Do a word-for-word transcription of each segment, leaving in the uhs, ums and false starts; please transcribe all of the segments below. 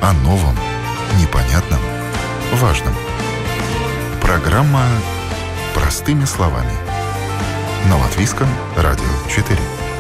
О новом, непонятном, важном. Программа «Простыми словами» на Латвийском радио четыре.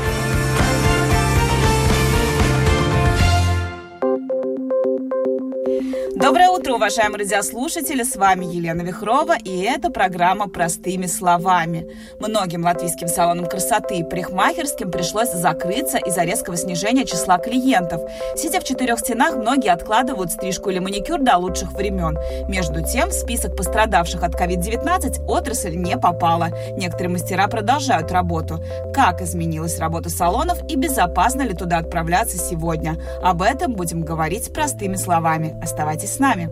Доброе утро, уважаемые радиослушатели! С вами Елена Вихрова, и это программа «Простыми словами». Многим латвийским салонам красоты и парикмахерским пришлось закрыться из-за резкого снижения числа клиентов. Сидя в четырех стенах, многие откладывают стрижку или маникюр до лучших времен. Между тем, в список пострадавших от ковид девятнадцать отрасль не попала. Некоторые мастера продолжают работу. Как изменилась работа салонов и безопасно ли туда отправляться сегодня? Об этом будем говорить простыми словами. Оставайтесь с нами.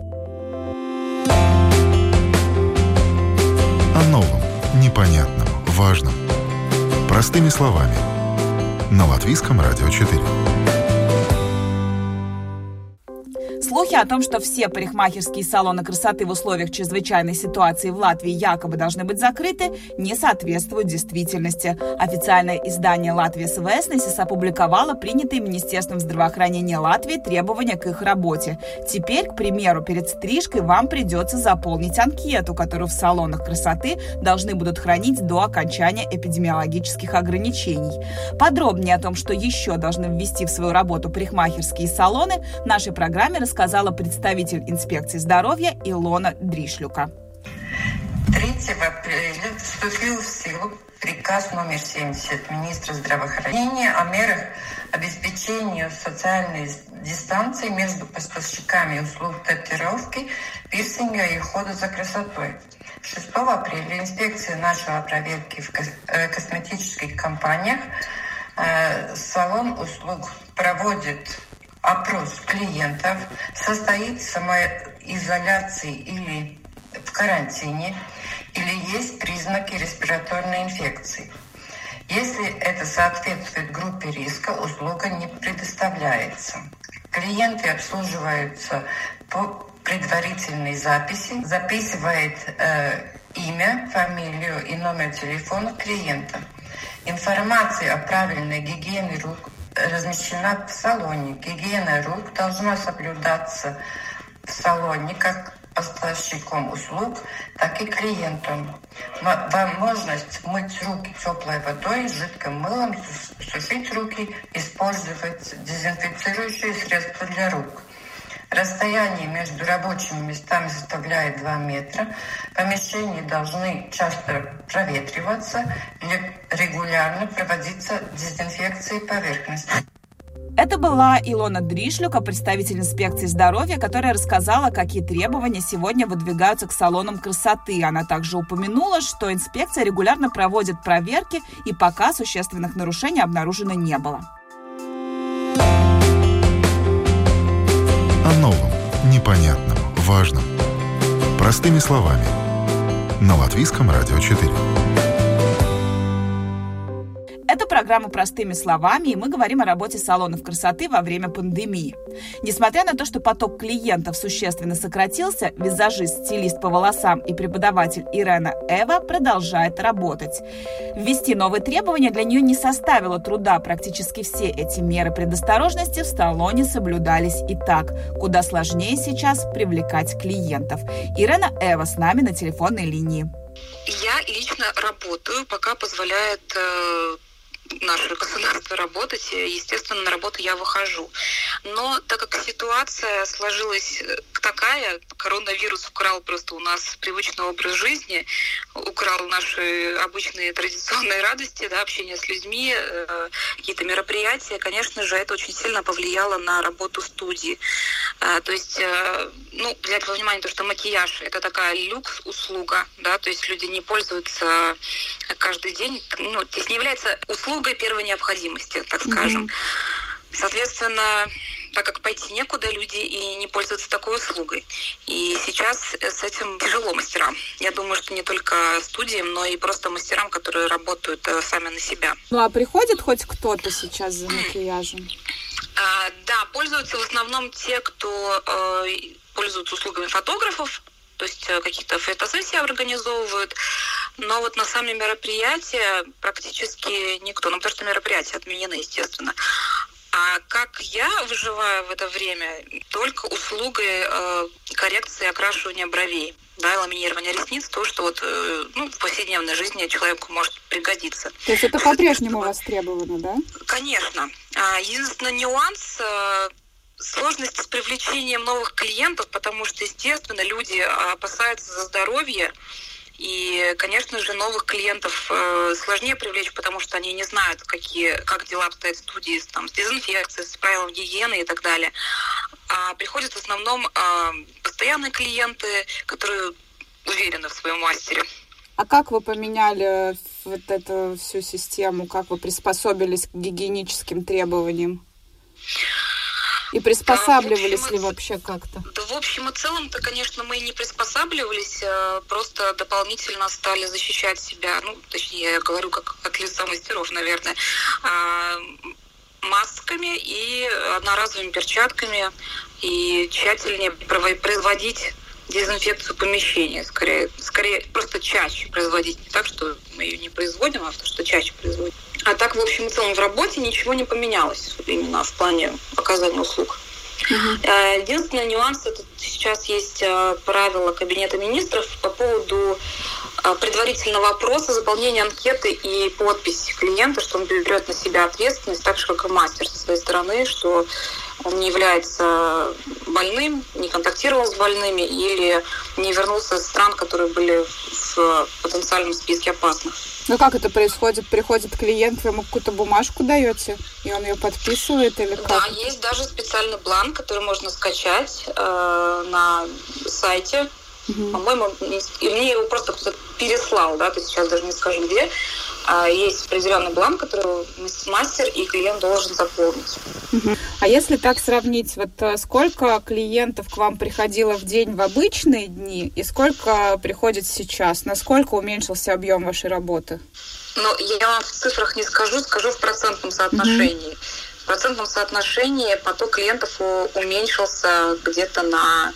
О новом, непонятном, важном. Простыми словами. На Латвийском радио четыре. Слухи о том, что все парикмахерские салоны красоты в условиях чрезвычайной ситуации в Латвии якобы должны быть закрыты, не соответствуют действительности. Официальное издание «Латвijas Vēstnesis» опубликовало принятые Министерством здравоохранения Латвии требования к их работе. Теперь, к примеру, перед стрижкой вам придется заполнить анкету, которую в салонах красоты должны будут хранить до окончания эпидемиологических ограничений. Подробнее о том, что еще должны ввести в свою работу парикмахерские салоны, в нашей программе рассказала сказала представитель инспекции здоровья Илона Дришлюка. третьего апреля вступил в силу приказ номер семьдесят министра здравоохранения о мерах обеспечения социальной дистанции между поставщиками услуг татуировки, пирсинга и ухода за красотой. шестого апреля инспекция начала проверки в косметических компаниях. Салон услуг проводит опрос клиентов, состоит в самоизоляции или в карантине, или есть признаки респираторной инфекции. Если это соответствует группе риска, услуга не предоставляется. Клиенты обслуживаются по предварительной записи, записывает э, имя, фамилию и номер телефона клиента. Информация о правильной гигиене рук размещена в салоне. Гигиена рук должна соблюдаться в салоне как поставщиком услуг, так и клиентам. Возможность мыть руки теплой водой, жидким мылом, сушить руки, использовать дезинфицирующие средства для рук. Расстояние между рабочими местами составляет два метра. Помещения должны часто проветриваться, регулярно проводиться дезинфекция поверхности. Это была Илона Дришлюка, представитель инспекции здоровья, которая рассказала, какие требования сегодня выдвигаются к салонам красоты. Она также упомянула, что инспекция регулярно проводит проверки, и пока существенных нарушений обнаружено не было. О новом, непонятном, важном. Простыми словами. На Латвийском радио четыре. Это программа «Простыми словами», и мы говорим о работе салонов красоты во время пандемии. Несмотря на то, что поток клиентов существенно сократился, визажист, стилист по волосам и преподаватель Ирена Эва продолжает работать. Ввести новые требования для нее не составило труда. Практически все эти меры предосторожности в салоне соблюдались и так. Куда сложнее сейчас привлекать клиентов. Ирена Эва с нами на телефонной линии. Я лично работаю, пока позволяет э, наше государство работать. Естественно, на работу я выхожу. Но так как ситуация сложилась такая, коронавирус украл просто у нас привычный образ жизни, украл наши обычные традиционные радости, да, общение с людьми, э, какие-то мероприятия, конечно же, это очень сильно повлияло на работу студии. Э, то есть, э, ну, взять во внимание то, что макияж – это такая люкс-услуга, да, то есть люди не пользуются каждый день, ну, то есть не является услугой первой необходимости, так скажем. Mm-hmm. Соответственно, так как пойти некуда, люди и не пользуются такой услугой. И сейчас с этим тяжело мастерам. Я думаю, что не только студиям, но и просто мастерам, которые работают сами на себя. Ну а приходит хоть кто-то сейчас за макияжем? А, да, пользуются в основном те, кто э, пользуются услугами фотографов, то есть какие-то фотосессии организовывают. Но вот на сами мероприятия практически никто. Ну, потому что мероприятия отменены, естественно. А как я выживаю в это время? Только услугой э, коррекции окрашивания бровей, да, ламинирования ресниц, то, что вот, э, ну, в повседневной жизни человеку может пригодиться. То есть это по-прежнему востребовано, да? Конечно. Единственный нюанс э, сложности с привлечением новых клиентов, потому что, естественно, люди опасаются за здоровье. И, конечно же, новых клиентов э, сложнее привлечь, потому что они не знают, какие, как дела обстоят в студии там, с дезинфекцией, с правилами гигиены и так далее. А приходят в основном э, постоянные клиенты, которые уверены в своем мастере. А как вы поменяли вот эту всю систему? Как вы приспособились к гигиеническим требованиям? И приспосабливались да, общем, ли вообще как-то? Да, в общем и целом-то, конечно, мы не приспосабливались, просто дополнительно стали защищать себя, ну, точнее, я говорю, как от лица мастеров, наверное, масками и одноразовыми перчатками, и тщательнее производить дезинфекцию помещения, скорее, скорее просто чаще производить. Не так, что мы ее не производим, а то, что чаще производим. А так, в общем и целом, в работе ничего не поменялось именно в плане оказания услуг. Uh-huh. Единственный нюанс, это сейчас есть правило Кабинета министров по поводу предварительного опроса, заполнения анкеты и подписи клиента, что он берет на себя ответственность, так же, как и мастер со своей стороны, что он не является больным, не контактировал с больными или не вернулся из стран, которые были в потенциальном списке опасных. Ну как это происходит? Приходит клиент, вы ему какую-то бумажку даете, и он ее подписывает или как? Да, есть даже специальный бланк, который можно скачать э, на сайте. Угу. По-моему, и мне его просто кто-то переслал, да, то есть сейчас даже не скажу где. А есть определенный бланк, который мастер и клиент должен заполнить. Угу. А если так сравнить, вот сколько клиентов к вам приходило в день в обычные дни и сколько приходит сейчас? Насколько уменьшился объем вашей работы? Ну, я вам в цифрах не скажу, скажу в процентном соотношении. Угу. В процентном соотношении поток клиентов уменьшился где-то на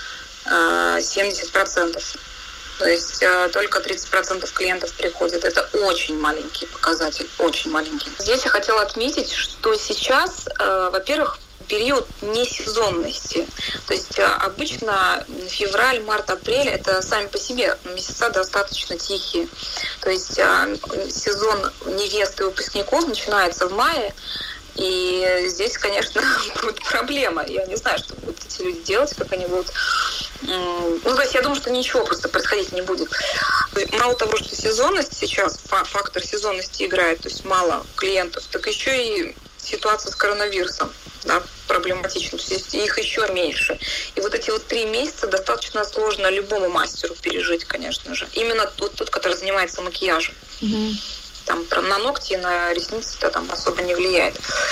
э, семьдесят процентов. То есть э, только тридцать процентов клиентов приходят. Это очень маленький показатель, очень маленький. Здесь я хотела отметить, что сейчас, э, во-первых, период несезонности. То есть э, обычно февраль, март, апрель – это сами по себе месяца достаточно тихие. То есть э, сезон невест и выпускников начинается в мае. И здесь, конечно, будет проблема. Я не знаю, что будут эти люди делать, как они будут... Ну, то есть я думаю, что ничего просто происходить не будет. Мало того, что сезонность сейчас, фактор сезонности играет, то есть мало клиентов, так еще и ситуация с коронавирусом, да, проблематична, то есть их еще меньше. И вот эти вот три месяца достаточно сложно любому мастеру пережить, конечно же. Именно тот, тот который занимается макияжем. Mm-hmm. Там на ногти, на ресницы-то там особо не влияет.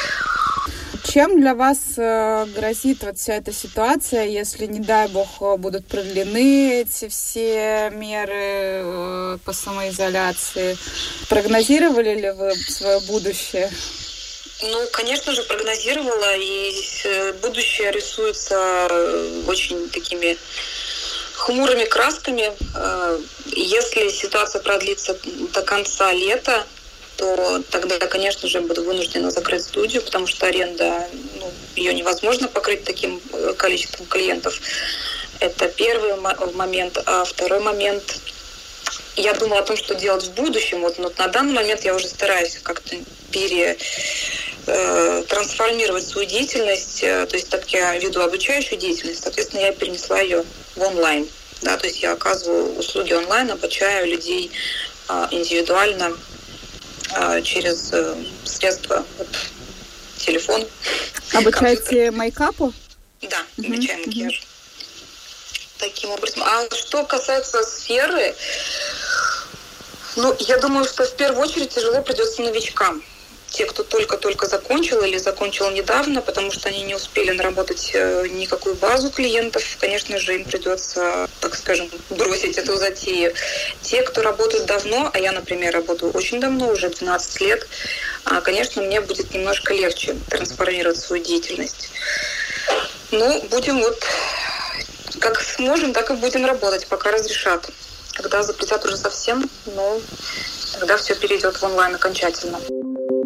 Чем для вас грозит вот вся эта ситуация, если, не дай бог, будут продлены эти все меры по самоизоляции? Прогнозировали ли вы свое будущее? Ну, конечно же, прогнозировала, и будущее рисуется очень такими хмурыми красками. Если ситуация продлится до конца лета, то тогда, конечно же, буду вынуждена закрыть студию, потому что аренда, ну, ее невозможно покрыть таким количеством клиентов. Это первый момент. А второй момент, я думала о том, что делать в будущем. Вот, но на данный момент я уже стараюсь как-то пере... трансформировать свою деятельность, то есть так я веду обучающую деятельность, соответственно, я перенесла ее в онлайн. Да, то есть я оказываю услуги онлайн, обучаю людей индивидуально через средства, вот, телефон. Обучаете мейкапу? Да, uh-huh, обучаем макияж. Uh-huh. Таким образом. А что касается сферы, ну, я думаю, что в первую очередь тяжело придется новичкам. Те, кто только-только закончил или закончил недавно, потому что они не успели наработать никакую базу клиентов, конечно же, им придется, так скажем, бросить эту затею. Те, кто работают давно, а я, например, работаю очень давно, уже двенадцать лет, конечно, мне будет немножко легче трансформировать свою деятельность. Ну, будем вот, как сможем, так и будем работать, пока разрешат. Когда запретят уже совсем, ну, тогда все перейдет в онлайн окончательно.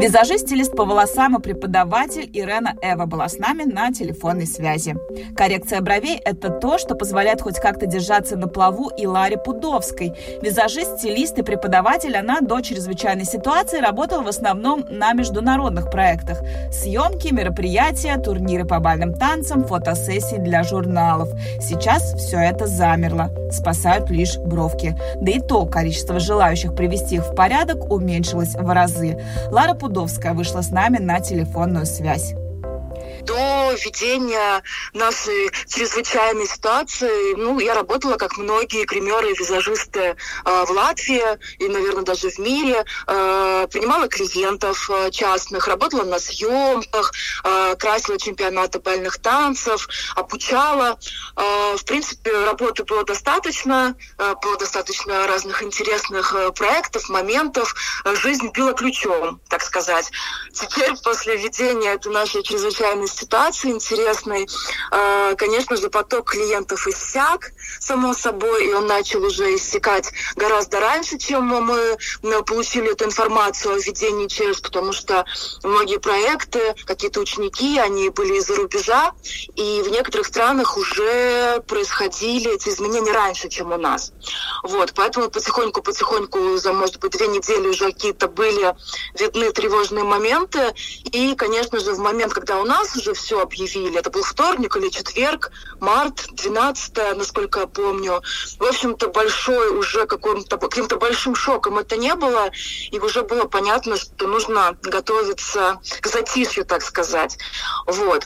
Визажист, стилист по волосам и преподаватель Ирена Эва была с нами на телефонной связи. Коррекция бровей – это то, что позволяет хоть как-то держаться на плаву и Ларе Пудовской. Визажист, стилист и преподаватель, она до чрезвычайной ситуации работала в основном на международных проектах. Съемки, мероприятия, турниры по бальным танцам, фотосессии для журналов. Сейчас все это замерло. Спасают лишь бровки. Да и то количество желающих привести их в порядок уменьшилось в разы. Лара Пудовская вышла с нами на телефонную связь. До введения нашей чрезвычайной ситуации, ну, я работала, как многие гримеры и визажисты э, в Латвии и, наверное, даже в мире, э, принимала клиентов э, частных, работала на съемках, э, красила чемпионаты бальных танцев, обучала. Э, в принципе, работы было достаточно, э, было достаточно разных интересных э, проектов, моментов. Э, жизнь била ключом, так сказать. Теперь, после введения этой нашей чрезвычайной ситуации интересной, конечно же, поток клиентов иссяк, само собой, и он начал уже иссякать гораздо раньше, чем мы получили эту информацию о введении ЧС, потому что многие проекты, какие-то ученики, они были из-за рубежа, и в некоторых странах уже происходили эти изменения раньше, чем у нас. Вот, поэтому потихоньку-потихоньку за, может быть, две недели уже какие-то были видны тревожные моменты, и, конечно же, в момент, когда у нас уже все объявили. Это был вторник или четверг, март, двенадцатое, насколько я помню. В общем-то, большой уже каким-то, каким-то большим шоком это не было. И уже было понятно, что нужно готовиться к затишью, так сказать. Вот.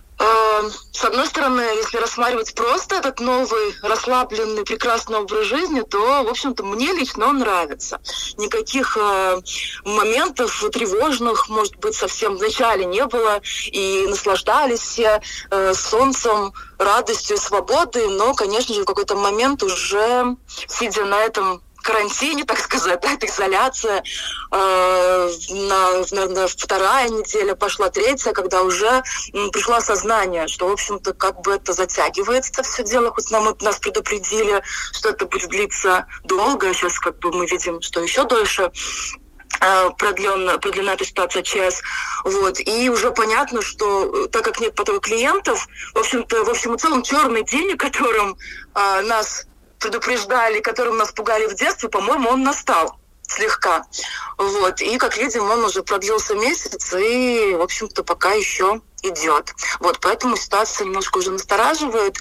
С одной стороны, если рассматривать просто этот новый, расслабленный, прекрасный образ жизни, то, в общем-то, мне лично он нравится. Никаких э, моментов тревожных, может быть, совсем в начале не было. И наслаждались все э, солнцем, радостью, свободой. Но, конечно же, в какой-то момент уже, сидя на этом карантине, так сказать, да, это изоляция. Э, на, наверное, вторая неделя пошла, третья, когда уже м, пришло осознание, что, в общем-то, как бы это затягивается, это все дело, хоть нам, нас предупредили, что это будет длиться долго, сейчас как бы мы видим, что еще дольше продлена, продлена эта ситуация ЧС. Вот. И уже понятно, что так как нет потока клиентов, в общем-то, в общем и целом черный день, которым э, нас предупреждали, которым нас пугали в детстве, по-моему, он настал слегка. Вот. И, как видим, он уже продлился месяц и, в общем-то, пока еще идет. Вот. Поэтому ситуация немножко уже настораживает.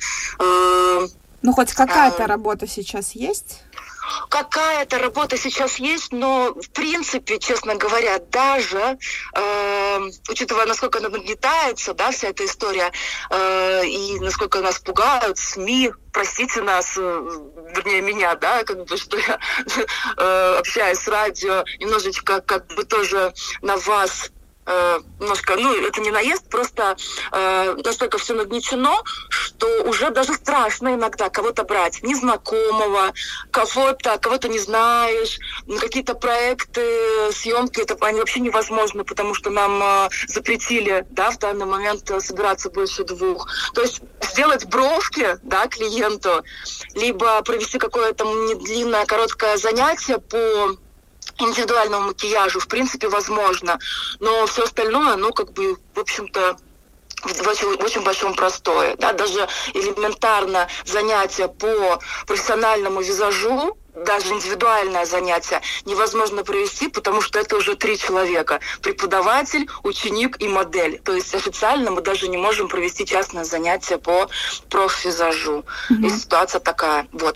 Ну, хоть какая-то а... работа сейчас есть? Какая-то работа сейчас есть, но, в принципе, честно говоря, даже, э, учитывая, насколько она нагнетается, да, вся эта история, э, и насколько нас пугают СМИ, простите нас, вернее, меня, да, как бы, что я э, общаюсь с радио, немножечко, как бы, тоже на вас, э, немножко, ну, это не наезд, просто э, настолько все нагнетено, что уже даже страшно иногда кого-то брать, незнакомого, кого-то, кого-то не знаешь, какие-то проекты, съемки, это они вообще невозможны, потому что нам э, запретили, да, в данный момент собираться больше двух. То есть сделать бровки, да, клиенту, либо провести какое-то длинное, короткое занятие по индивидуальному макияжу, в принципе, возможно. Но все остальное, ну, как бы, в общем-то, в очень, в очень большом простое. Да? Даже элементарно занятие по профессиональному визажу, даже индивидуальное занятие невозможно провести, потому что это уже три человека. Преподаватель, ученик и модель. То есть официально мы даже не можем провести частное занятие по профвизажу. Mm-hmm. И ситуация такая. Вот.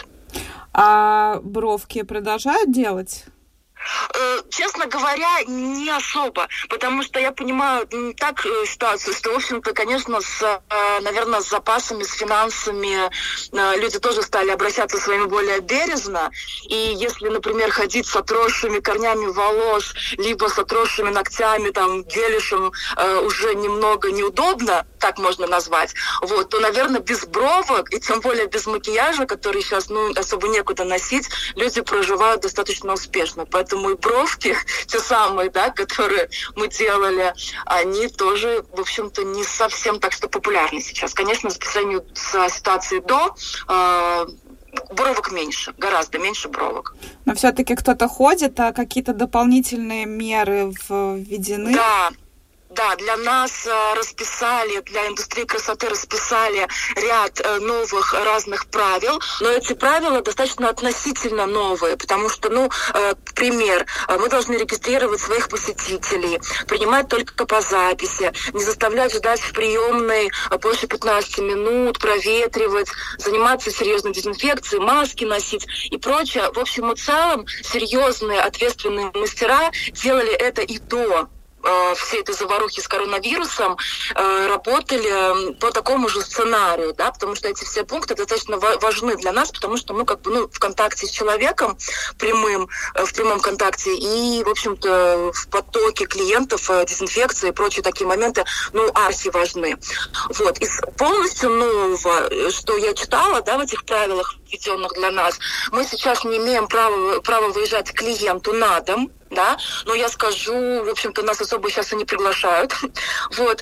А бровки продолжают делать? Честно говоря, не особо, потому что я понимаю так ситуацию, что, в общем-то, конечно, с, наверное, с запасами, с финансами люди тоже стали обращаться с вами более бережно, и если, например, ходить с отросшими корнями волос, либо с отросшими ногтями, там, гелишем уже немного неудобно, так можно назвать, вот, то, наверное, без бровок, и тем более без макияжа, который сейчас, ну, особо некуда носить, люди проживают достаточно успешно, поэтому и бровки, те самые, да, которые мы делали, они тоже, в общем-то, не совсем так что популярны сейчас. Конечно, по сравнению с ситуацией до, э, бровок меньше, гораздо меньше бровок. Но все-таки кто-то ходит, а какие-то дополнительные меры введены? Да. Да, для нас расписали, для индустрии красоты расписали ряд новых разных правил, но эти правила достаточно относительно новые, потому что, ну, пример, мы должны регистрировать своих посетителей, принимать только по записи, не заставлять ждать в приемной больше пятнадцати минут, проветривать, заниматься серьезной дезинфекцией, маски носить и прочее. В общем и целом, серьезные ответственные мастера делали это и до всей этой заварухи с коронавирусом, работали по такому же сценарию, да, потому что эти все пункты достаточно важны для нас, потому что мы как бы ну, в контакте с человеком прямым, в прямом контакте и, в общем-то, в потоке клиентов дезинфекции и прочие такие моменты, ну, архи важны. Вот. Из полностью нового, что я читала, да, в этих правилах, введенных для нас, мы сейчас не имеем права, права выезжать к клиенту на дом, да, но я скажу, в общем-то, нас особо сейчас и не приглашают. Вот.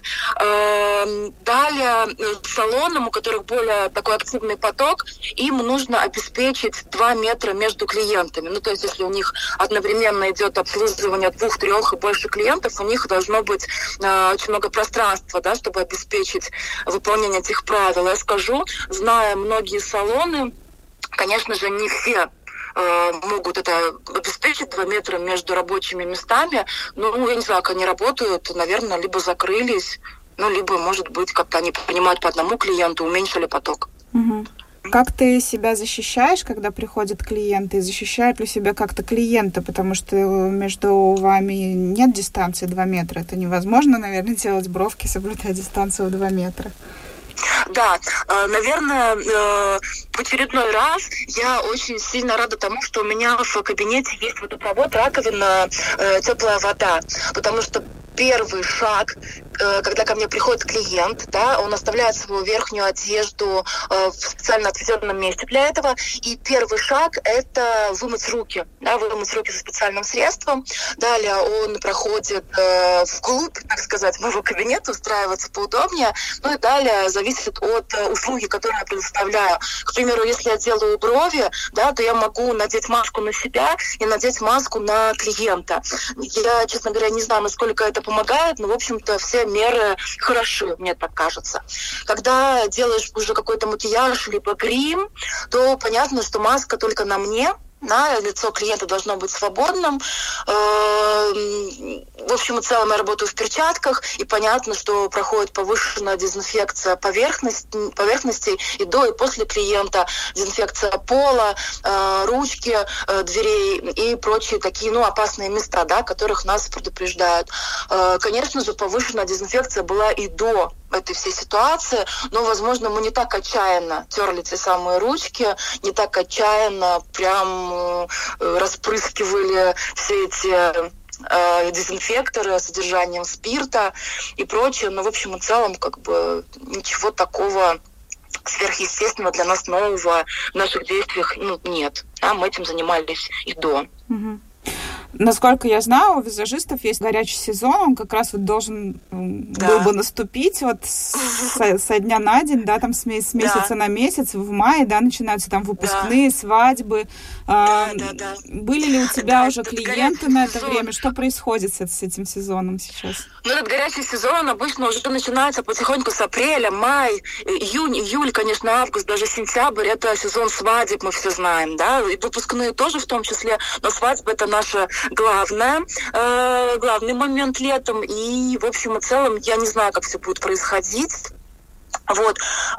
Далее салонам, у которых более такой активный поток, им нужно обеспечить два метра между клиентами. Ну, то есть, если у них одновременно идет обслуживание двух, трех и больше клиентов, у них должно быть очень много пространства, да, чтобы обеспечить выполнение этих правил. Я скажу, зная многие салоны, конечно же, не все могут это обеспечить, два метра между рабочими местами. Ну, я не знаю, как они работают, наверное, либо закрылись, ну, либо, может быть, как-то они принимают по одному клиенту, уменьшили поток. Угу. Как ты себя защищаешь, когда приходят клиенты? И защищают ли себя как-то клиенты? Потому что между вами нет дистанции два метра. Это невозможно, наверное, делать бровки, соблюдая дистанцию в два метра. Да, наверное, в очередной раз я очень сильно рада тому, что у меня в кабинете есть водопровод, раковина, теплая вода, потому что первый шаг, когда ко мне приходит клиент, да, он оставляет свою верхнюю одежду в специально отведенном месте для этого, и первый шаг – это вымыть руки, да, вымыть руки со специальным средством. Далее он проходит вглубь, так сказать, моего кабинета, устраивается поудобнее, ну и далее зависит от услуги, которую я предоставляю. К примеру, если я делаю брови, да, то я могу надеть маску на себя и надеть маску на клиента. Я, честно говоря, не знаю, насколько это помогает, но, в общем-то, все меры хороши, мне так кажется. Когда делаешь уже какой-то макияж либо грим, то понятно, что маска только на мне, да, лицо клиента должно быть свободным. В общем и целом я работаю в перчатках, и понятно, что проходит повышенная дезинфекция поверхности, поверхностей и до, и после клиента, дезинфекция пола, ручки, дверей и прочие такие, ну, опасные места, да, которых нас предупреждают. Конечно же, повышенная дезинфекция была и до этой всей ситуации, но, возможно, мы не так отчаянно терли те самые ручки, не так отчаянно прям распрыскивали все эти э, дезинфекторы с содержанием спирта и прочее, но, в общем и целом, как бы ничего такого сверхъестественного для нас нового в наших действиях, ну, нет. Да, мы этим занимались и до. Угу. Насколько я знаю, у визажистов есть горячий сезон, он как раз вот должен да. был бы наступить вот со, со дня на день, да, там с, с месяца да. на месяц, в мае, да, начинаются там выпускные, да. свадьбы. Да, а, да, да. Были ли у тебя да, уже клиенты на это сезон. время? Что происходит с, с этим сезоном сейчас? Ну, этот горячий сезон обычно уже начинается потихоньку с апреля, май, июнь, июль, конечно, август, даже сентябрь. Это сезон свадеб, мы все знаем, да, и выпускные тоже в том числе, но свадьба — это наша главное, э, главный момент летом, и в общем и целом я не знаю, как все будет происходить. Вот.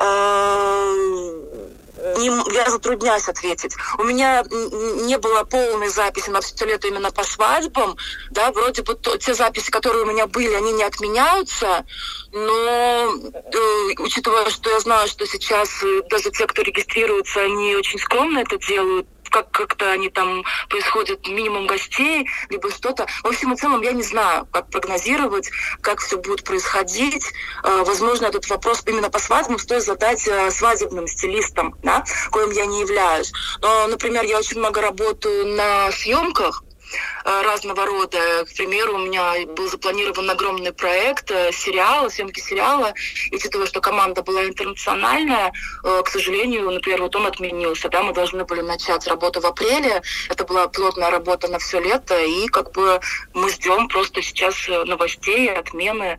Не, я затрудняюсь ответить. У меня не было полной записи на все лето именно по свадьбам, да, вроде бы то, те записи, которые у меня были, они не отменяются, но э, учитывая, что я знаю, что сейчас даже те, кто регистрируется, они очень скромно это делают, как как-то они там происходит минимум гостей, либо что-то. В общем и целом я не знаю, как прогнозировать, как все будет происходить. Возможно, этот вопрос именно по свадьбам стоит задать свадебным стилистам, да, коим я не являюсь. Но, например, я очень много работаю на съемках, разного рода. К примеру, у меня был запланирован огромный проект сериала, съемки сериала. И учитывая, что команда была интернациональная, к сожалению, например, вот он отменился. Да, мы должны были начать работу в апреле. Это была плотная работа на все лето. И как бы мы ждем просто сейчас новостей, отмены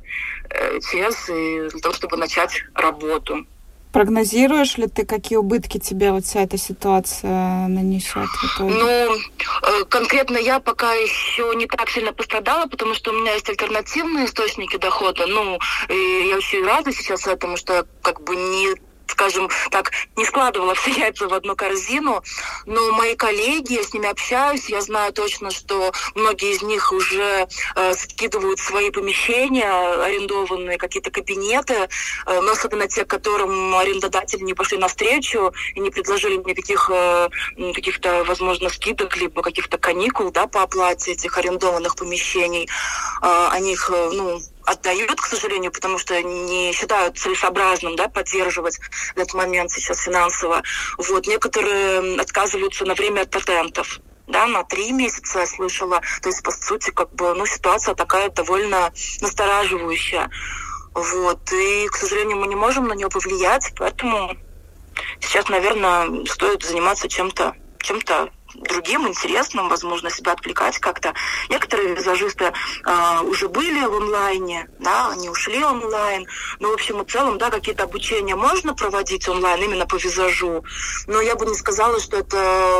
ЧС и для того, чтобы начать работу. Прогнозируешь ли ты, какие убытки тебе вот вся эта ситуация нанесет в итоге? Ну, конкретно я пока еще не так сильно пострадала, потому что у меня есть альтернативные источники дохода. Ну, и я очень рада сейчас этому, что как бы не... скажем так, не складывала все яйца в одну корзину, но мои коллеги, я с ними общаюсь, я знаю точно, что многие из них уже э, скидывают свои помещения, арендованные какие-то кабинеты, э, но особенно те, которым арендодатели не пошли навстречу и не предложили никаких э, каких-то, возможно, скидок, либо каких-то каникул, да, по оплате этих арендованных помещений. Э, они их, э, ну, отдают, к сожалению, потому что не считают целесообразным, да, поддерживать этот момент сейчас финансово. Вот. Некоторые отказываются на время от патентов. Да, на три месяца я слышала. То есть, по сути, как бы, ну, ситуация такая довольно настораживающая. Вот. И, к сожалению, мы не можем на нее повлиять, поэтому сейчас, наверное, стоит заниматься чем-то, чем-то другим, интересным, возможно, себя отвлекать как-то. Некоторые визажисты э, уже были в онлайне, да, они ушли онлайн. Но, в общем и целом, да, какие-то обучения можно проводить онлайн именно по визажу, но я бы не сказала, что это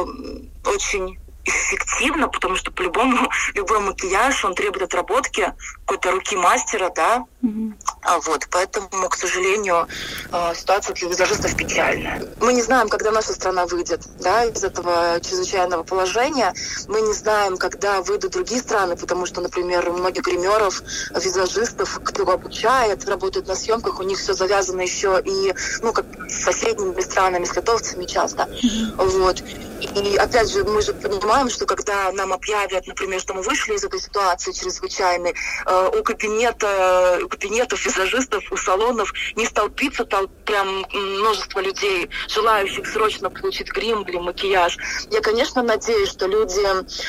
очень эффективно, потому что по-любому любой макияж, он требует отработки какой-то руки мастера, да. Mm-hmm. А вот, поэтому, к сожалению, ситуация для визажистов печальная. Мы не знаем, когда наша страна выйдет, да, из этого чрезвычайного положения. Мы не знаем, когда выйдут другие страны, потому что, например, у многих гримеров, визажистов, кто обучает, работают на съемках, у них все завязано еще и, ну, как с соседними странами, с литовцами часто. Mm-hmm. Вот. И опять же, мы же понимаем, что когда нам объявят, например, что мы вышли из этой ситуации чрезвычайной, э, у кабинета, у кабинетов визажистов, у салонов не столпится толп, прям множество людей, желающих срочно получить грим или макияж. Я, конечно, надеюсь, что люди,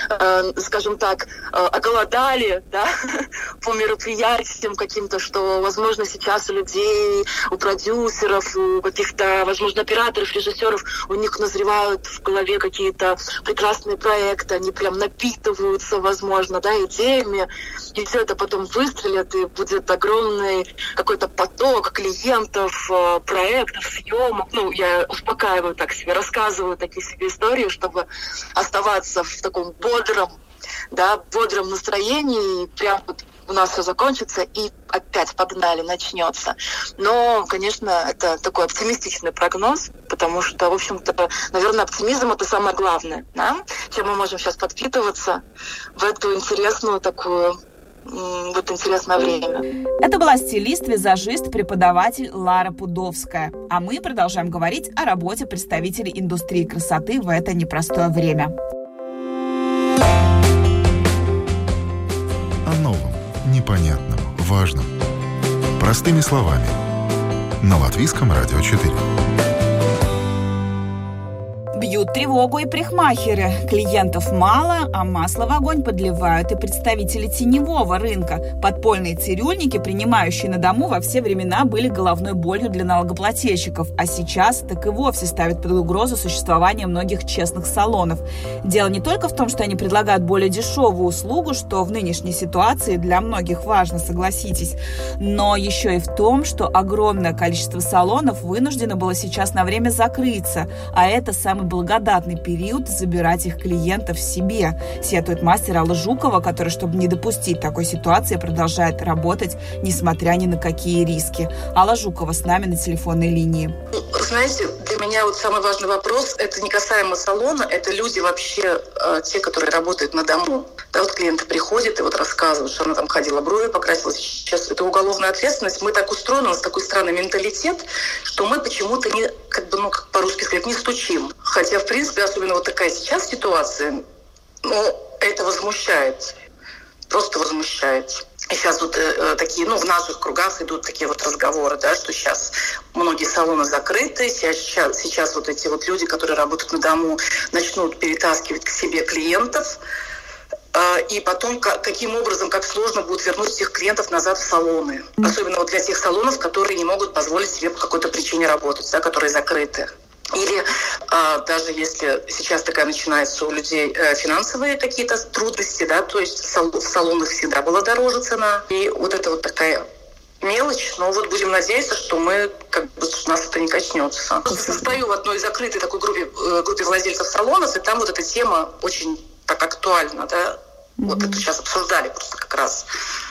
э, скажем так, э, оголодали, да, по мероприятиям каким-то, что, возможно, сейчас у людей, у продюсеров, у каких-то, возможно, операторов, режиссеров, у них назревают в голове какие-то прекрасные проекты, они прям напитываются, возможно, да, идеями, и все это потом выстрелит, и будет огромный какой-то поток клиентов, проектов, съемок. Ну, я успокаиваю так себе, рассказываю такие себе истории, чтобы оставаться в таком бодром, да, бодром настроении, и прям вот у нас все закончится, и опять погнали, начнется. Но, конечно, это такой оптимистичный прогноз, потому что, в общем-то, наверное, оптимизм — это самое главное, да? Чем мы можем сейчас подпитываться в эту интересную такую, в это интересное время. Это была стилист, визажист, преподаватель Лара Пудовская. А мы продолжаем говорить о работе представителей индустрии красоты в это непростое время. О новом, непонятном, важном. Простыми словами. На Латвийском радио четыре. Бьют тревогу и парикмахеры. Клиентов мало, а масло в огонь подливают и представители теневого рынка. Подпольные цирюльники, принимающие на дому, во все времена были головной болью для налогоплательщиков, а сейчас так и вовсе ставят под угрозу существование многих честных салонов. Дело не только в том, что они предлагают более дешевую услугу, что в нынешней ситуации для многих важно, согласитесь, но еще и в том, что огромное количество салонов вынуждено было сейчас на время закрыться, а это самый благодатный период забирать их клиентов себе, сетует мастер Алла Жукова, который, чтобы не допустить такой ситуации, продолжает работать, несмотря ни на какие риски. Алла Жукова с нами на телефонной линии. Знаете, для меня вот самый важный вопрос, это не касаемо салона, это люди вообще, э, те, которые работают на дому. Да, вот клиенты приходят и вот рассказывают, что она там ходила, брови покрасила. Сейчас это уголовная ответственность. Мы так устроены, у нас такой странный менталитет, что мы почему-то не, как бы, ну, как по-русски сказать, не стучим. Хотя, в принципе, особенно вот такая сейчас ситуация, ну, это возмущает. Просто возмущает. И сейчас вот э, такие, ну, в наших кругах идут такие вот разговоры, да, что сейчас многие салоны закрыты, сейчас, сейчас вот эти вот люди, которые работают на дому, начнут перетаскивать к себе клиентов. И потом, каким образом, как сложно будет вернуть этих клиентов назад в салоны. Особенно вот для тех салонов, которые не могут позволить себе по какой-то причине работать, да, которые закрыты. Или а, даже если сейчас такая начинается у людей э, финансовые какие-то трудности, да, то есть сал- в салонах всегда была дороже цена. И вот это вот такая мелочь, но вот будем надеяться, что мы, как бы, у нас это не качнется. Я состою в одной закрытой такой группе, э, группе владельцев салонов, и там вот эта тема очень так актуальна, да. Mm-hmm. Вот это сейчас обсуждали просто как раз.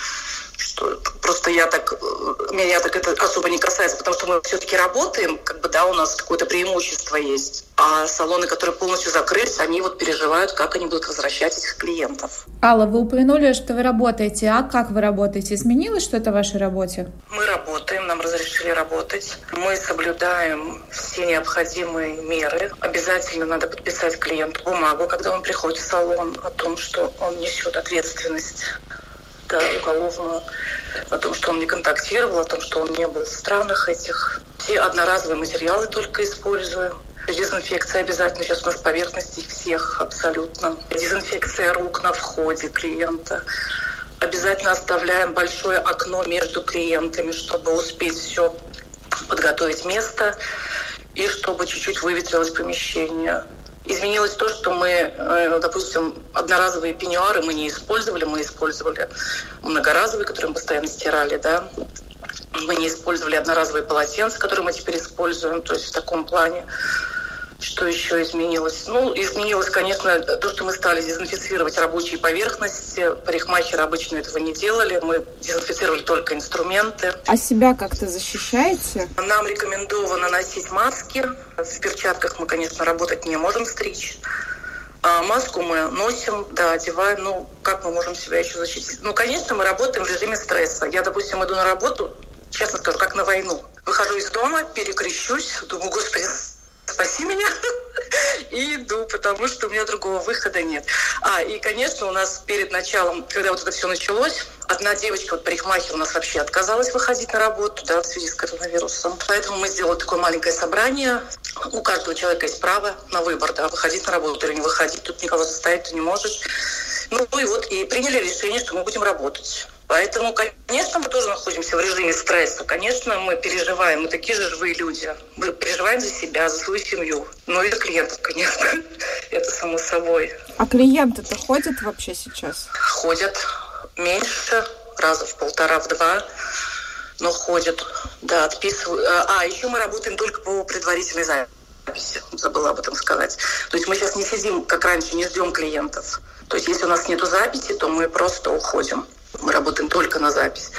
Что просто я так, меня так это особо не касается, потому что мы все-таки работаем, как бы, да, у нас какое-то преимущество есть. А салоны, которые полностью закрылись, они вот переживают, как они будут возвращать этих клиентов. Алла, вы упомянули, что вы работаете. А как вы работаете? Изменилось что-то в вашей работе? Мы работаем, нам разрешили работать. Мы соблюдаем все необходимые меры. Обязательно надо подписать клиенту бумагу, когда он приходит в салон, о том, что он несет ответственность, да, уголовную, о том, что он не контактировал, о том, что он не был в странах этих. Все одноразовые материалы только используем. Дезинфекция обязательно сейчас у нас поверхностей всех абсолютно. Дезинфекция рук на входе клиента. Обязательно оставляем большое окно между клиентами, чтобы успеть все подготовить место и чтобы чуть-чуть выветрилось помещение. Изменилось то, что мы, допустим, одноразовые пеньюары мы не использовали, мы использовали многоразовые, которые мы постоянно стирали, да. Мы не использовали одноразовые полотенца, которые мы теперь используем, то есть в таком плане. Что еще изменилось? Ну, изменилось, конечно, то, что мы стали дезинфицировать рабочие поверхности. Парикмахеры обычно этого не делали. Мы дезинфицировали только инструменты. А себя как-то защищаете? Нам рекомендовано носить маски. В перчатках мы, конечно, работать не можем, стричь. А маску мы носим, да, одеваем. Ну, как мы можем себя еще защитить? Ну, конечно, мы работаем в режиме стресса. Я, допустим, иду на работу, честно скажу, как на войну. Выхожу из дома, перекрещусь, думаю, господи, спаси меня, и иду, потому что у меня другого выхода нет. А, и, конечно, у нас перед началом, когда вот это все началось, одна девочка, вот парикмахер, у нас вообще отказалась выходить на работу, да, в связи с коронавирусом. Поэтому мы сделали такое маленькое собрание. У каждого человека есть право на выбор, да, выходить на работу или не выходить. Тут никого заставить ты не можешь. Ну и вот, и приняли решение, что мы будем работать. Поэтому, конечно, мы тоже находимся в режиме стресса. Конечно, мы переживаем, мы такие же живые люди. Мы переживаем за себя, за свою семью. Ну и за клиентов, конечно. Это само собой. А клиенты-то ходят вообще сейчас? Ходят меньше, раза в полтора, в два. Но ходят, да, отписывают. А, еще мы работаем только по предварительной записи. Забыла об этом сказать. То есть мы сейчас не сидим, как раньше, не ждем клиентов. То есть если у нас нету записи, то мы просто уходим. Мы работаем только на запись.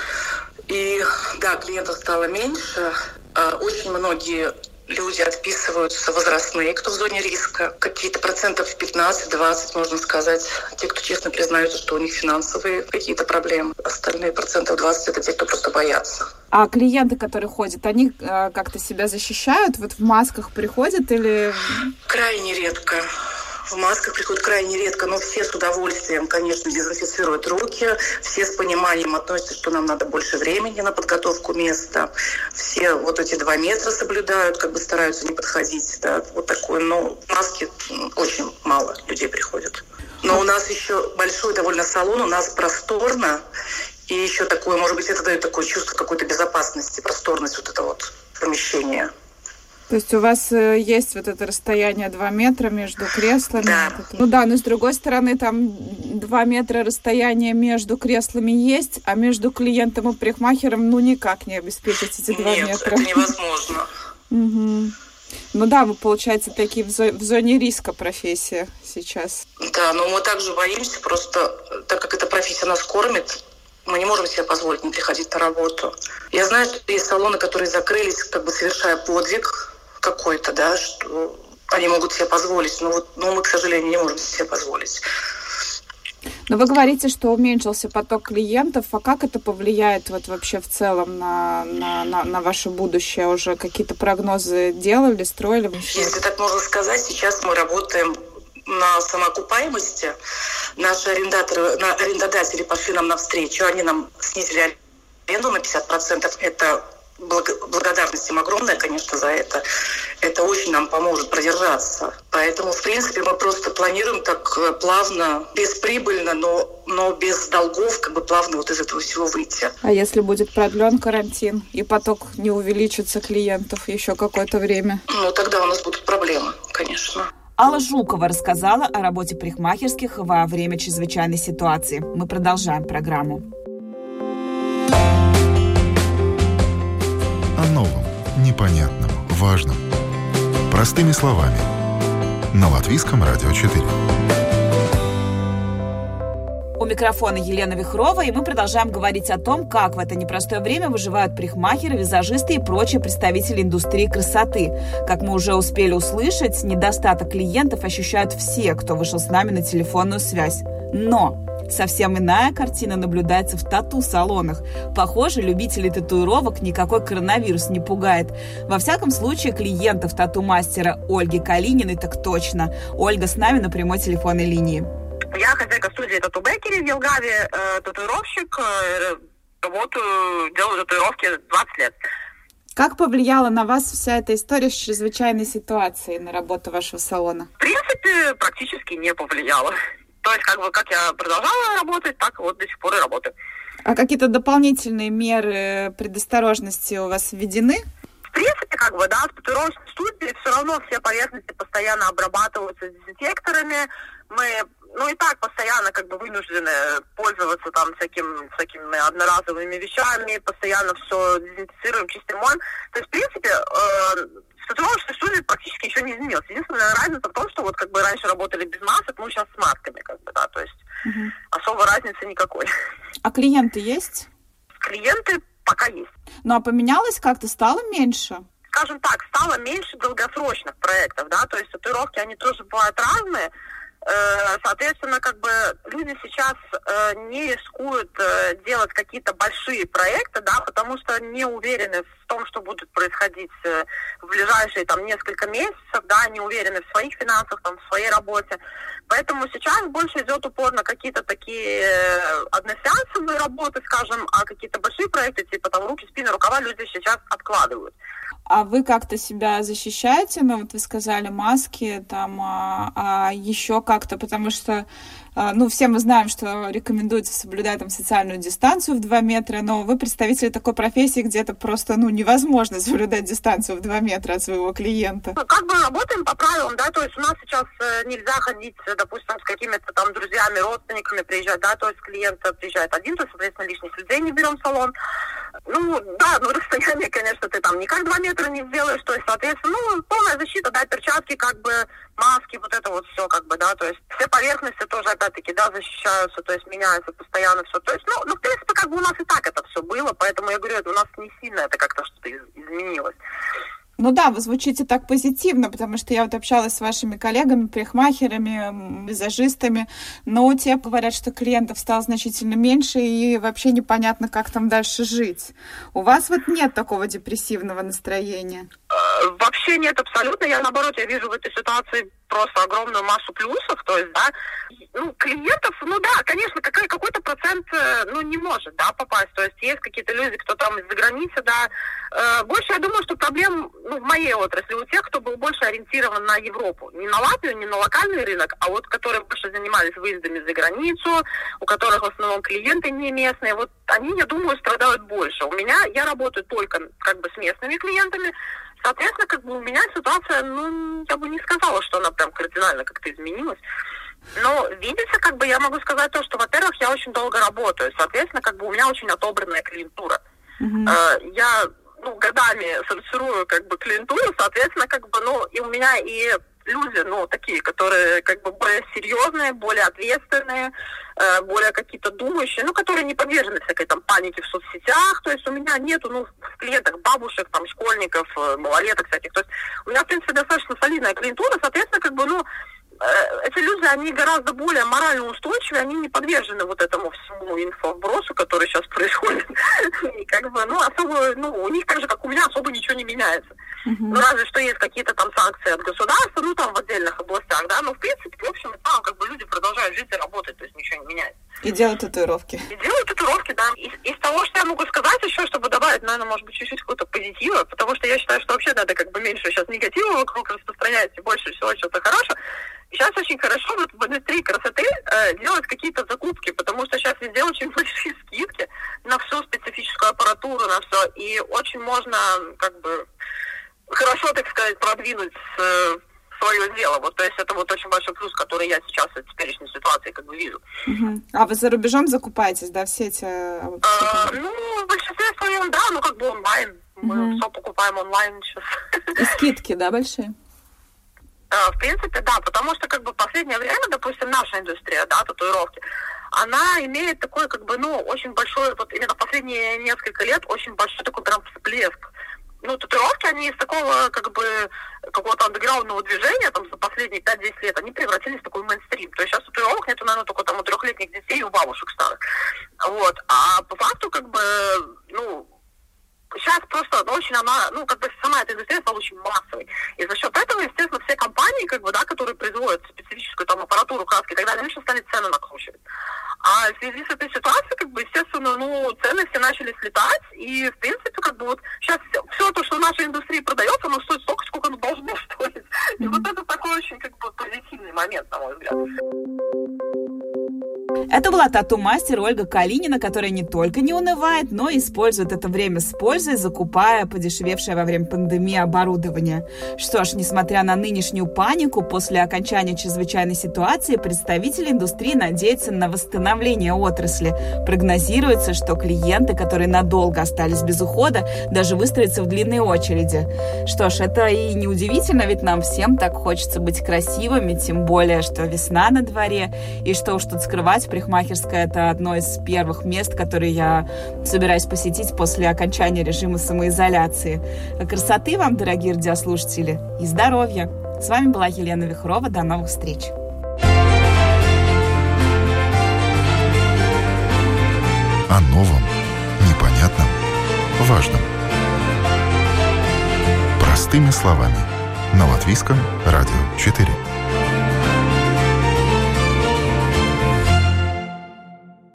И да, клиентов стало меньше. Очень многие люди отписываются, возрастные, кто в зоне риска. Какие-то процентов пятнадцать-двадцать, можно сказать. Те, кто честно признаются, что у них финансовые какие-то проблемы. Остальные процентов двадцать – это те, кто просто боятся. А клиенты, которые ходят, они э, как-то себя защищают? Вот в масках приходят или... Крайне редко. В масках приходят крайне редко, но все с удовольствием, конечно, дезинфицируют руки. Все с пониманием относятся, что нам надо больше времени на подготовку места. Все вот эти два метра соблюдают, как бы стараются не подходить. Да, вот такое. Но маски очень мало людей приходят. Но у нас еще большой довольно салон, у нас просторно. И еще такое, может быть, это дает такое чувство какой-то безопасности, просторность вот это вот помещения. То есть у вас э, есть вот это расстояние два метра между креслами? Да. Ну да, но с другой стороны, там два метра расстояния между креслами есть, а между клиентом и парикмахером ну никак не обеспечить эти два Нет, метра. Нет, это невозможно. Угу. Ну да, вы, получается, такие в, зо- в зоне риска профессия сейчас. Да, но мы также боимся, просто так как эта профессия нас кормит, мы не можем себе позволить не приходить на работу. Я знаю, что есть салоны, которые закрылись, как бы совершая подвиг какой-то, да, что они могут себе позволить, но, вот, но мы, к сожалению, не можем себе позволить. Но вы говорите, что уменьшился поток клиентов, а как это повлияет вот вообще в целом на, на, на, на ваше будущее? Уже какие-то прогнозы делали, строили? Если так можно сказать, сейчас мы работаем на самоокупаемости. Наши арендаторы, на, арендодатели пошли нам навстречу, они нам снизили аренду на пятьдесят процентов. Это благодарность им огромная, конечно, за это. Это очень нам поможет продержаться. Поэтому, в принципе, мы просто планируем так плавно, бесприбыльно, но, но без долгов, как бы плавно вот из этого всего выйти. А если будет продлен карантин и поток не увеличится клиентов еще какое-то время? Ну, тогда у нас будут проблемы, конечно. Алла Жукова рассказала о работе парикмахерских во время чрезвычайной ситуации. Мы продолжаем программу. О новом, непонятном, важном. Простыми словами. На Латвийском радио четыре. У микрофона Елена Вихрова, и мы продолжаем говорить о том, как в это непростое время выживают парикмахеры, визажисты и прочие представители индустрии красоты. Как мы уже успели услышать, недостаток клиентов ощущают все, кто вышел с нами на телефонную связь. Но совсем иная картина наблюдается в тату-салонах. Похоже, любителей татуировок никакой коронавирус не пугает. Во всяком случае, клиентов тату-мастера Ольги Калининой так точно. Ольга с нами на прямой телефонной линии. Я хозяйка студии Тату Беккери в Елгаве, э, татуировщик, э, работаю, делаю татуировки двадцать лет. Как повлияла на вас вся эта история с чрезвычайной ситуацией на работу вашего салона? В принципе, практически не повлияла. То есть, как бы, как я продолжала работать, так вот до сих пор и работаю. А какие-то дополнительные меры предосторожности у вас введены? В принципе, как бы, да, в татуировочной студии все равно все поверхности постоянно обрабатываются дезинфекторами. Мы, ну и так постоянно как бы вынуждены пользоваться там всяким, всякими одноразовыми вещами, постоянно все дезинфицируем, чистим, моем. То есть, в принципе, э, в татуировочной студии практически ничего не изменилось. Единственная разница в том, что вот как бы раньше работали без масок, мы сейчас с масками, как бы, да, то есть угу. особо разницы никакой. А клиенты есть? Клиенты пока есть. Ну а поменялось как-то, стало меньше? Скажем так, стало меньше долгосрочных проектов, да, то есть татуировки, они тоже бывают разные. Соответственно, как бы люди сейчас э, не рискуют э, делать какие-то большие проекты, да, потому что не уверены в том, что будет происходить э, в ближайшие там несколько месяцев, да, не уверены в своих финансах, там, в своей работе. Поэтому сейчас больше идет упор на какие-то такие э, односеансовые работы, скажем, а какие-то большие проекты, типа там руки, спины, рукава люди сейчас откладывают. А вы как-то себя защищаете? Ну, вот вы сказали, маски, там, а, а еще как-то, потому что, а, ну, все мы знаем, что рекомендуется соблюдать там социальную дистанцию в два метра, но вы представители такой профессии, где это просто, ну, невозможно соблюдать дистанцию в два метра от своего клиента. Ну, как бы работаем по правилам, да, то есть у нас сейчас э, нельзя ходить, допустим, с какими-то там друзьями, родственниками приезжать, да, то есть клиент приезжает один, то есть, соответственно, лишних людей не берем в салон. Ну, да, ну, расстояние, конечно, ты там никак два метра не сделаешь, то есть, соответственно, ну, полная защита, да, перчатки, как бы, маски, вот это вот все, как бы, да, то есть, все поверхности тоже, опять-таки, да, защищаются, то есть, меняется постоянно все, то есть, ну, ну, в принципе, как бы у нас и так это все было, поэтому я говорю, это у нас не сильно это как-то что-то изменилось. Ну да, вы звучите так позитивно, потому что я вот общалась с вашими коллегами, парикмахерами, визажистами, но те говорят, что клиентов стало значительно меньше и вообще непонятно, как там дальше жить. У вас вот нет такого депрессивного настроения? Вообще нет, абсолютно. Я, наоборот, я вижу в этой ситуации просто огромную массу плюсов, то есть, да, ну, клиентов, ну да, конечно, какой, какой-то процент, ну, не может, да, попасть, то есть есть какие-то люди, кто там из-за границы, да, э, больше, я думаю, что проблем, ну, в моей отрасли у тех, кто был больше ориентирован на Европу, не на Латвию, не на локальный рынок, а вот которые больше занимались выездами за границу, у которых в основном клиенты не местные, вот они, я думаю, страдают больше. У меня, я работаю только, как бы, с местными клиентами. Соответственно, как бы у меня ситуация, ну, я бы не сказала, что она прям кардинально как-то изменилась. Но, видите, как бы я могу сказать то, что, во-первых, я очень долго работаю. Соответственно, как бы у меня очень отобранная клиентура. Mm-hmm. Я, ну, годами сортирую, как бы, клиентуру, соответственно, как бы, ну, и у меня и люди, ну, такие, которые, как бы, более серьезные, более ответственные, более какие-то думающие, ну, которые не подвержены всякой там панике в соцсетях, то есть у меня нету, ну, в клиентах бабушек, там, школьников, малолеток всяких, то есть у меня, в принципе, достаточно солидная клиентура, соответственно, как бы, ну, эти люди, они гораздо более морально устойчивые, они не подвержены вот этому всему инфовбросу, который сейчас происходит. И как бы, ну, особо, ну, у них так же, как у меня, особо ничего не меняется. Uh-huh. Ну, разве что есть какие-то там санкции от государства, ну, там, в отдельных областях, да, но, в принципе, в общем, там, как бы, люди продолжают жить и работать, то есть ничего не меняется. И делают татуировки. И делают татуировки, да. Из, из того, что я могу сказать еще, чтобы добавить, наверное, может быть, чуть-чуть какого-то позитива, потому что я считаю, что вообще надо как бы меньше сейчас негатива вокруг распространять, и больше всего что-то хорошего. Сейчас очень хорошо вот в индустрии красоты э, делать какие-то закупки, потому что сейчас везде очень большие скидки на всю специфическую аппаратуру, на все, и очень можно как бы хорошо, так сказать, продвинуть э, свое дело. Вот, то есть это вот очень большой плюс, который я сейчас в теперешней ситуации как бы вижу. Uh-huh. А вы за рубежом закупаетесь, да, все эти... А, ну, в большинстве своем, да, ну как бы онлайн. Мы uh-huh. все покупаем онлайн сейчас. И скидки, да, большие? В принципе, да, потому что как бы в последнее время, допустим, наша индустрия, да, татуировки, она имеет такой как бы, ну, очень большой, вот именно последние несколько лет, очень большой такой прям всплеск. Ну, татуировки, они из такого, как бы, какого-то андеграундного движения, там, за последние пять-десять лет, они превратились в такой мейнстрим. То есть сейчас татуировок нету, наверное, только там у трехлетних детей и у бабушек старых. Вот. А по факту, как бы, ну, сейчас просто очень она, ну, как бы сама эта индустрия стала очень массовой. И за счет этого, естественно, все компании, как бы, да, которые производят специфическую там аппаратуру, краски и так далее, они сейчас стали цены накручивать. А в связи с этой ситуацией, как бы, естественно, ну, цены все начали слетать, и, в принципе, как бы, вот сейчас все, все то, что в нашей индустрии продается, оно стоит столько, сколько оно должно стоить. И mm-hmm. вот это такой очень, как бы, позитивный момент, на мой взгляд. Это была тату-мастер Ольга Калинина, которая не только не унывает, но и использует это время с пользой, закупая подешевевшее во время пандемии оборудование. Что ж, несмотря на нынешнюю панику, после окончания чрезвычайной ситуации представители индустрии надеются на восстановление отрасли. Прогнозируется, что клиенты, которые надолго остались без ухода, даже выстроятся в длинные очереди. Что ж, это и неудивительно, ведь нам всем так хочется быть красивыми, тем более, что весна на дворе, и что уж тут скрывать, парикмахерская – это одно из первых мест, которые я собираюсь посетить после окончания режима самоизоляции. Красоты вам, дорогие радиослушатели, и здоровья! С вами была Елена Вихрова. До новых встреч! О новом, непонятном, важном. Простыми словами. На Латвийском радио четыре.